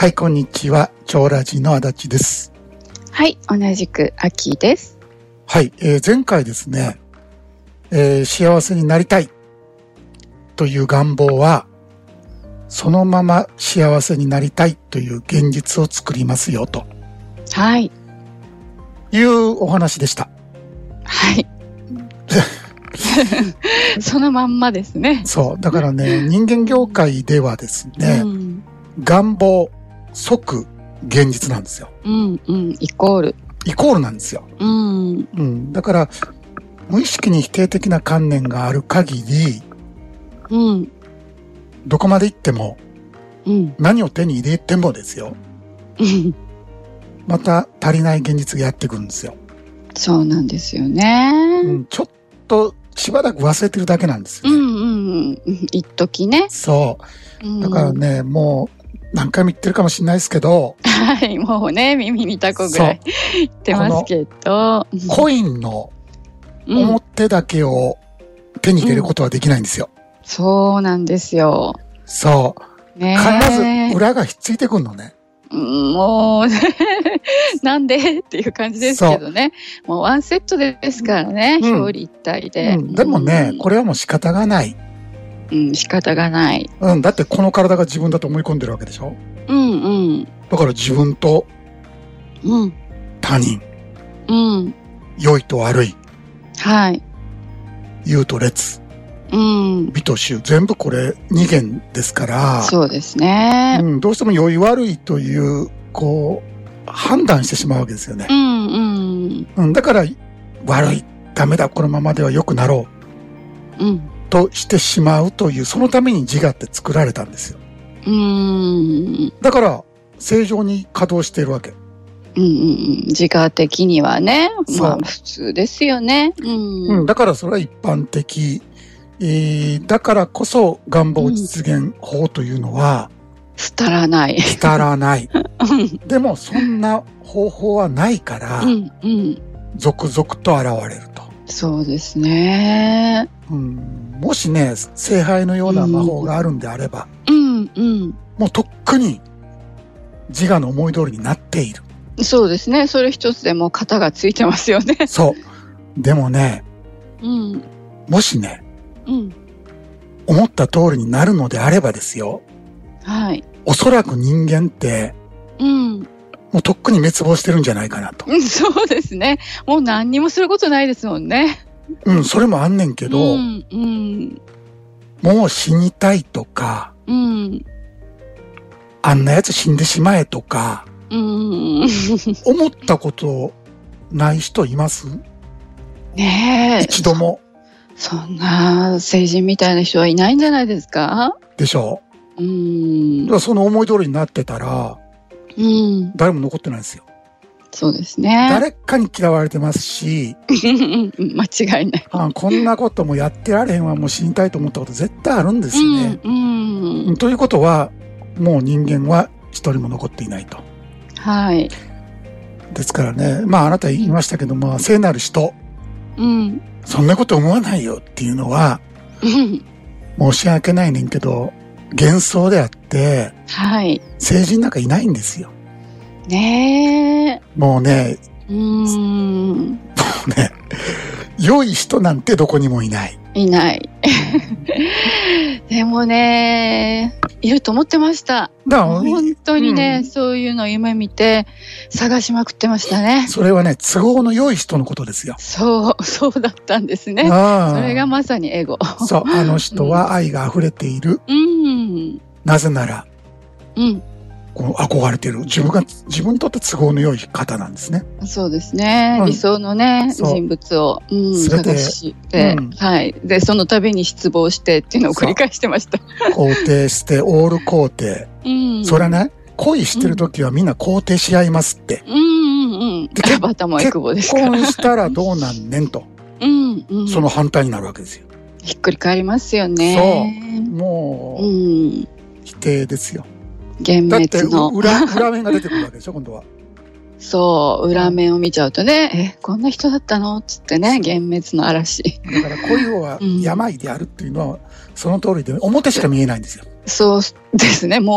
はい、こんにちは。超ラジの足立です。 はい、同じくアキです。 はい、前回ですね、幸せになりたいという願望は、そのまま幸せになりたいという現実を作りますよと。 はい。 いうお話でした。 はい。そのまんまですね。 そう。だからね、人間業界ではですね、願望、即現実なんですよ。 イコールなんですよ。だから、無意識に否定的な観念がある限り、どこまで行っても、何を手に入れてもですよ。また足りない現実がやってくるんですよ。 そうなんですよね。 ちょっとしばらく忘れてるだけなんですよね。 一時ね。 そう。だからね、もう何回も言ってるかもしれないですけど。 はい、もうね、耳にタコぐらい言ってますけど。 コインの表だけを手に入れることはできないんですよ。 そうなんですよ。 そう。必ず裏がひっついてくるのね。 もうなんでっていう感じですけどね。もうワンセットですからね、表裏一体で。 でもね、これはもう仕方がない。 仕方がない。 だってこの体が自分だと思い込んでるわけでしょ。だから自分と他人、良いと悪い、優と劣、美と醜、全部これ二元ですから。 そうですね。 どうしても良い悪いというこう判断してしまうわけですよね。だから悪い、ダメだ、このままでは良くなろう、としてしまうという、そのために自我って作られたんですよ。だから正常に稼働しているわけ。 自我的にはね、まあ普通ですよね。 だからそれは一般的。だからこそ願望実現法というのは、 廃らない。 でもそんな方法はないから、続々と現れると。 そうですね。 もしね、聖杯のような魔法があるんであれば、もうとっくに自我の思い通りになっている。 そうですね。それ一つでもう型がついてますよね。 そう。でもね、もしね、思った通りになるのであればですよ。おそらく人間って、もうとっくに滅亡してるんじゃないかなと。 そうですね。もう何にもすることないですもんね。 それもあんねんけど、もう死にたいとか、あんなやつ死んでしまえとか、思ったことない人います？ ねえ。 一度も。 そんな成人みたいな人はいないんじゃないですか？ でしょう。だからその思い通りになってたら、誰も残ってないですよ。 そうですね。 誰かに嫌われてますし、 間違いない。 こんなこともやってられへんわ、もう死にたいと思ったこと絶対あるんですよね。ということは、もう人間は一人も残っていないと。ですからね、あなた言いましたけども、聖なる人、そんなこと思わないよっていうのは、申し訳ないねんけど、幻想であって、聖人なんかいないんですよ。もうね、良い人なんてどこにもいない。 でもね、いると思ってました。本当にね、そういうのを夢見て探しまくってましたね。 それはね、都合の良い人のことですよ。 そうだったんですね。それがまさにエゴ。 そう、あの人は愛が溢れている。なぜなら、この憧れている自分にとって都合の良い方なんですね。 そうですね。理想のね、人物を探して、で、その度に失望してっていうのを繰り返してました。 肯定して、オール肯定。それはね、恋してる時はみんな肯定し合いますって。 バタもエクボですから。 結婚したらどうなんねんと。その反対になるわけですよ。 ひっくり返りますよね。 そう。もう、否定ですよ。 幻滅の。 だって裏面が出てくるわけでしょ、今度は。 そう、裏面を見ちゃうとね、こんな人だったのつってね、幻滅の嵐。 だから恋は病であるっていうのは、その通りで、表しか見えないんですよ。 そうですね、もう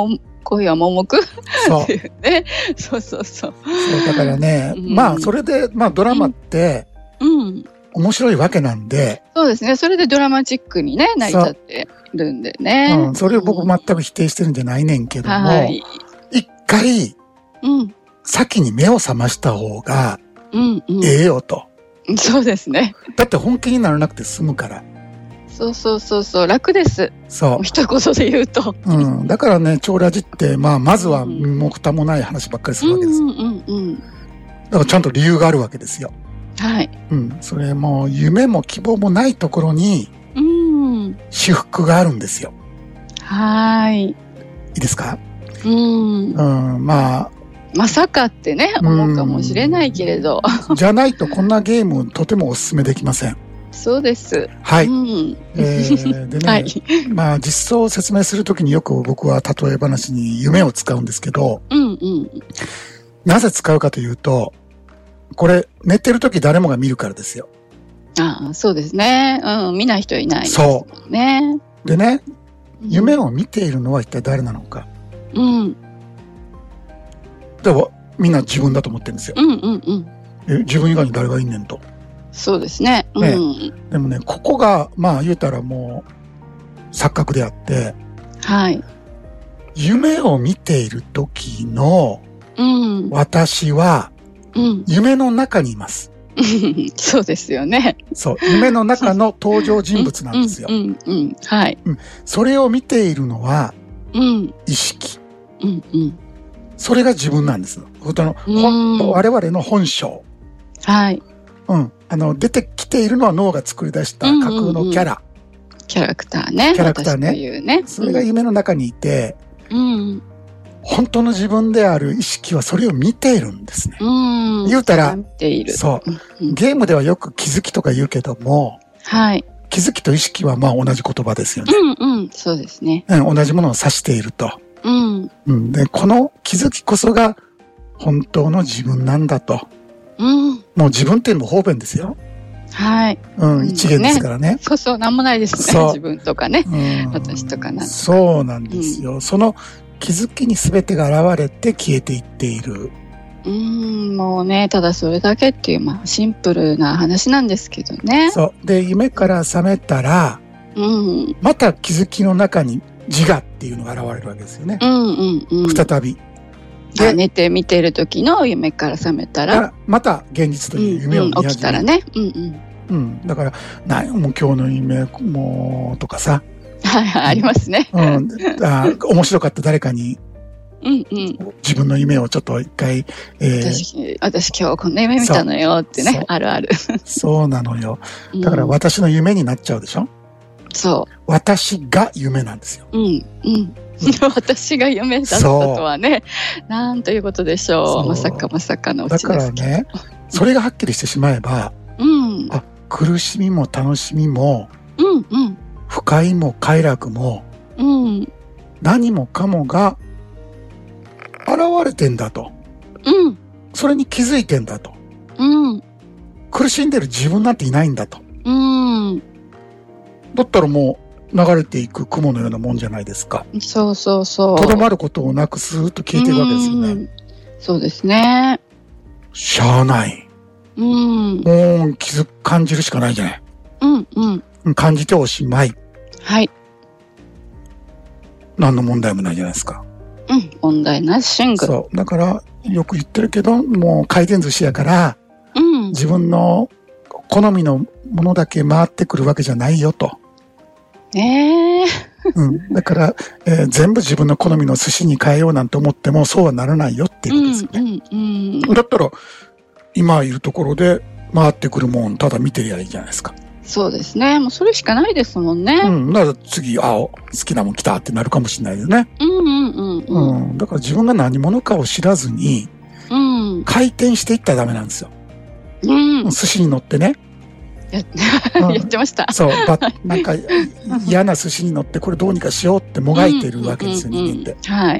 恋は盲目そうっていうね。そうそうそう。 だからね、まあそれで、まあドラマって、面白いわけなんで。 そうですね。それでドラマチックにね、なりちゃってるんでね。 それを僕全く否定してるんじゃないねんけども、一回、先に目を覚ました方が、ええよと。 そうですね。 だって本気にならなくて済むから。 そう楽です。そう。一言で言うと。 だからね、超ラジって、まあまずは身も蓋もない話ばっかりするわけです。だからちゃんと理由があるわけですよ。 はい。 それも夢も希望もないところに、至福があるんですよ。 はい。 いいですか？ まあ。まさかってね、思うかもしれないけれど。 じゃないとこんなゲームとてもお勧めできません。 そうです。 はい。でね、まあ実装を説明するときによく僕は例え話に夢を使うんですけど、なぜ使うかというと、これ寝てるとき誰もが見るからですよ。 ああ、そうですね。見ない人はいないですもんね。 でね、夢を見ているのは一体誰なのか。でもみんな自分だと思ってるんですよ。自分以外に誰がいんねんと。 そうですね。 でもね、ここがまあ言うたらもう錯覚であって、夢を見ている時の私は夢の中にいます。 そうですよね。 そう、夢の中の登場人物なんですよ。それを見ているのは意識。それが自分なんです。我々の本性。出てきているのは脳が作り出した架空のキャラ。 キャラクターね。 それが夢の中にいて、本当の自分である意識はそれを見ているんですね。言うたら、そう、ゲームではよく気づきとか言うけども、気づきと意識はまあ同じ言葉ですよね。 そうですね。 同じものを指していると。で、この気づきこそが本当の自分なんだと。もう自分っていうのも方便ですよ。一元ですからね。 そう、なんもないですね。自分とかね。私とかなんて。 そうなんですよ。その気づきに全てが現れて消えていっている。 もうね、ただそれだけっていう、まあシンプルな話なんですけどね。 そう。で、夢から覚めたら、また気づきの中に自我っていうのが現れるわけですよね。再び。 で、寝て見てる時の夢から覚めたら、 また現実という夢を見始める。 起きたらね。 だから、もう今日の夢もうとかさ。 ありますね。 面白かった誰かに、自分の夢をちょっと一回、 私今日こんな夢見たのよってね、あるある。 そうなのよ。だから私の夢になっちゃうでしょ？ そう。 私が夢なんですよ。 私が夢だったとはね、なんということでしょう。まさかのうちですけど。 だからね、それがはっきりしてしまえば、苦しみも楽しみも、不快も快楽も、何もかもが現れてんだと。それに気づいてんだと。苦しんでる自分なんていないんだと。だったらもう流れていく雲のようなもんじゃないですか。 そう。 とどまることをなくスーッと消えていくわけですよね。 そうですね。 しゃあない。もう感じるしかないじゃない。感じておしまい。何の問題もないじゃないですか。 問題なしシングル。 そう。だからよく言ってるけど、もう回転寿司やから、自分の好みのものだけ回ってくるわけじゃないよと。だから、全部自分の好みの寿司に変えようなんて思ってもそうはならないよっていうことですよね。だったら今いるところで回ってくるもんただ見てりゃいいじゃないですか。 そうですね。もうそれしかないですもんね。 だから次好きなもん来たってなるかもしれないですね。だから自分が何者かを知らずに回転していったらダメなんですよ。寿司に乗ってね。 やってました。 そう、なんか嫌な寿司に乗ってこれどうにかしようってもがいてるわけですよ、人間って。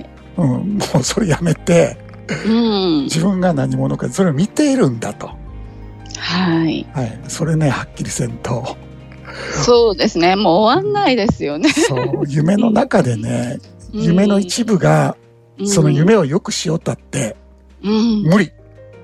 もうそれやめて、自分が何者かそれを見ているんだと。それね、はっきりせんと。 そうですね、もう終わんないですよね。 そう、夢の中でね、夢の一部がその夢をよくしようったって、無理。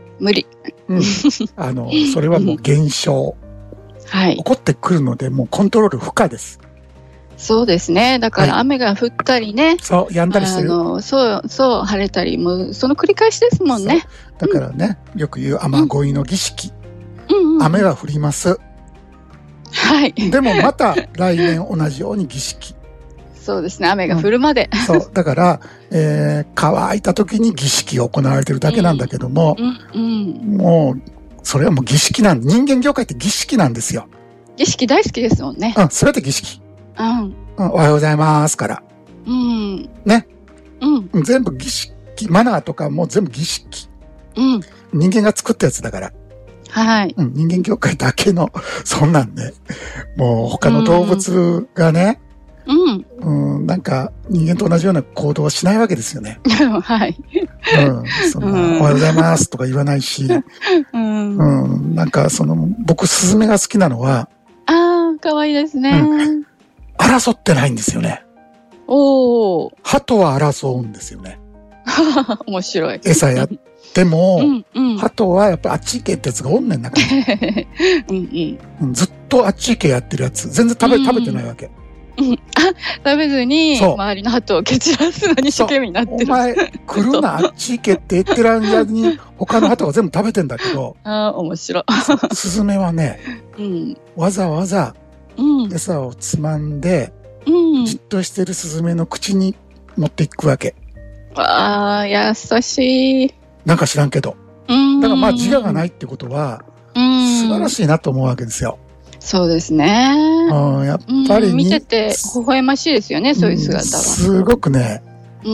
それはもう現象。起こってくるので、もうコントロール不可です。 そうですね。だから雨が降ったりね。 そう、止んだりしてる。 晴れたり、もうその繰り返しですもんね。 だからね、よく言う雨乞いの儀式。雨は降ります。 はい。 でもまた来年同じように儀式。 そうですね。雨が降るまで。 そう。だから、乾いた時に儀式が行われてるだけなんだけども、もう、それはもう儀式なんで、人間業界って儀式なんですよ。 儀式大好きですもんね。 それって儀式。おはようございますから。ね。全部儀式、マナーとかも全部儀式。人間が作ったやつだから。 はい。 人間業界だけの、そんなんね。もう他の動物がね、なんか人間と同じような行動はしないわけですよね。 はい。 おはようございますとか言わないし、なんか僕スズメが好きなのは、 可愛いですね。 争ってないんですよね。鳩は争うんですよね。 面白い。 餌やっても、鳩はやっぱりあっち行けってやつがおんねん中に。ずっとあっち行けやってるやつ、全然食べてないわけ。 食べずに周りの鳩を蹴散らすのに一生懸命になってる。 お前来るなあっち行けって言ってる間に他の鳩が全部食べてんだけど。 面白い。 スズメはね、わざわざ餌をつまんで、じっとしてるスズメの口に持っていくわけ。 優しい。 なんか知らんけど。だからまあ自我がないってことは素晴らしいなと思うわけですよ。 そうですね。 やっぱり見てて微笑ましいですよね、そういう姿は。 すごくね。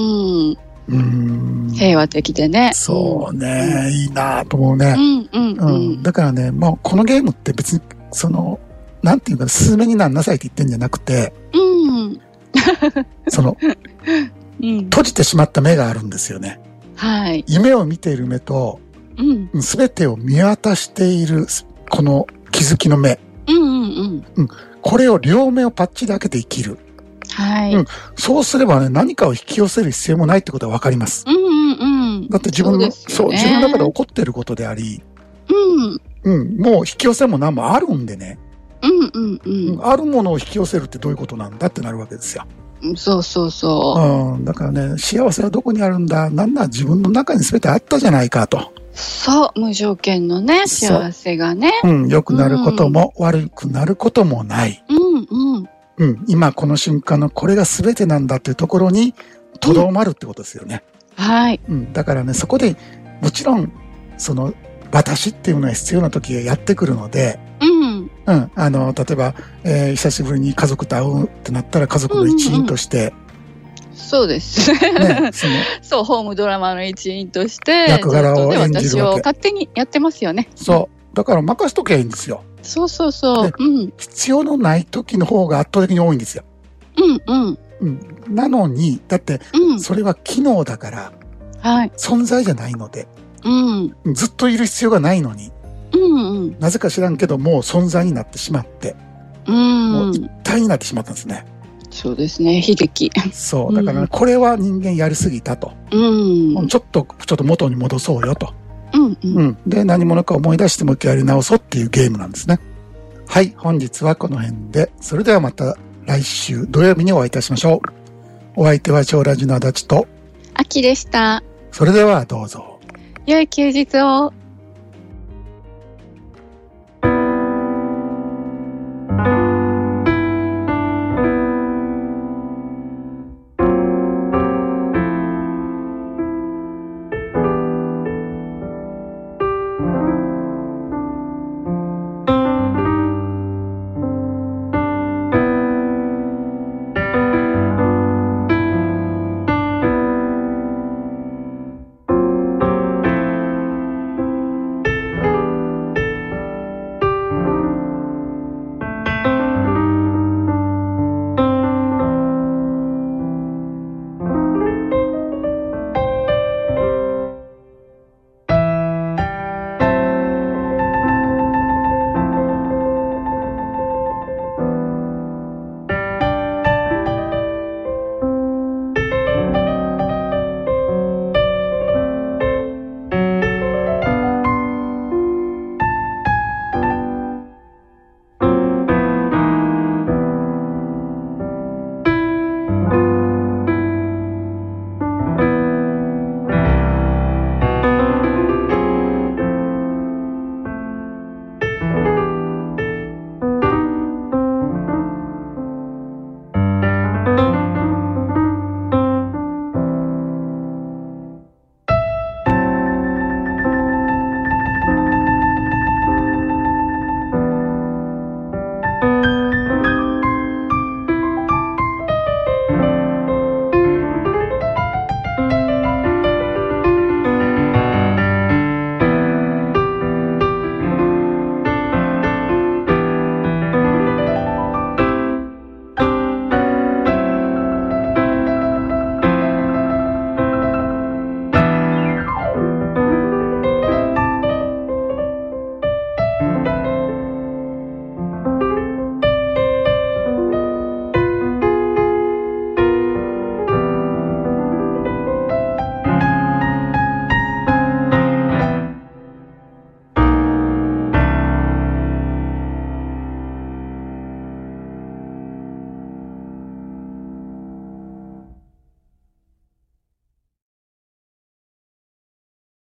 平和的でね。 そうね、いいなと思うね。だからね、まあこのゲームって別になんていうか、スズメになんなさいって言ってんじゃなくて、閉じてしまった目があるんですよね。 はい。 夢を見ている目と、すべてを見渡している、この気づきの目。これを両目をパッチリ開けて生きる。 はい。 そうすればね、何かを引き寄せる必要もないってことがわかります。だって自分の、自分の中で起こっていることであり、もう引き寄せも何もあるんでね。あるものを引き寄せるってどういうことなんだってなるわけですよ。 そうだからね、幸せはどこにあるんだ、なんなら自分の中に全てあったじゃないかと。 そう、無条件のね、幸せがね。 良くなることも悪くなることもない。今この瞬間のこれが全てなんだっていうところにとどまるってことですよね。 はい。 だからね、そこでもちろん、私っていうのは必要な時がやってくるので、例えば、久しぶりに家族と会うってなったら家族の一員として、 そうですね。そう、ホームドラマの一員として、 役柄を演じるわけ。 私を勝手にやってますよね。 そう。だから任しとけばいいんですよ。必要のない時の方が圧倒的に多いんですよ。なのに、だって、それは機能だから、存在じゃないので、ずっといる必要がないのに、なぜか知らんけど、もう存在になってしまって、もう一体になってしまったんですね。 そうですね、悲劇。 そう。だから、これは人間やりすぎたと。ちょっと元に戻そうよと。で、何者か思い出してもう一回やり直そうっていうゲームなんですね。はい、本日はこの辺で、それではまた来週土曜日にお会いいたしましょう。お相手は超ラジの足立と、 あきでした。 それではどうぞ。 良い休日を。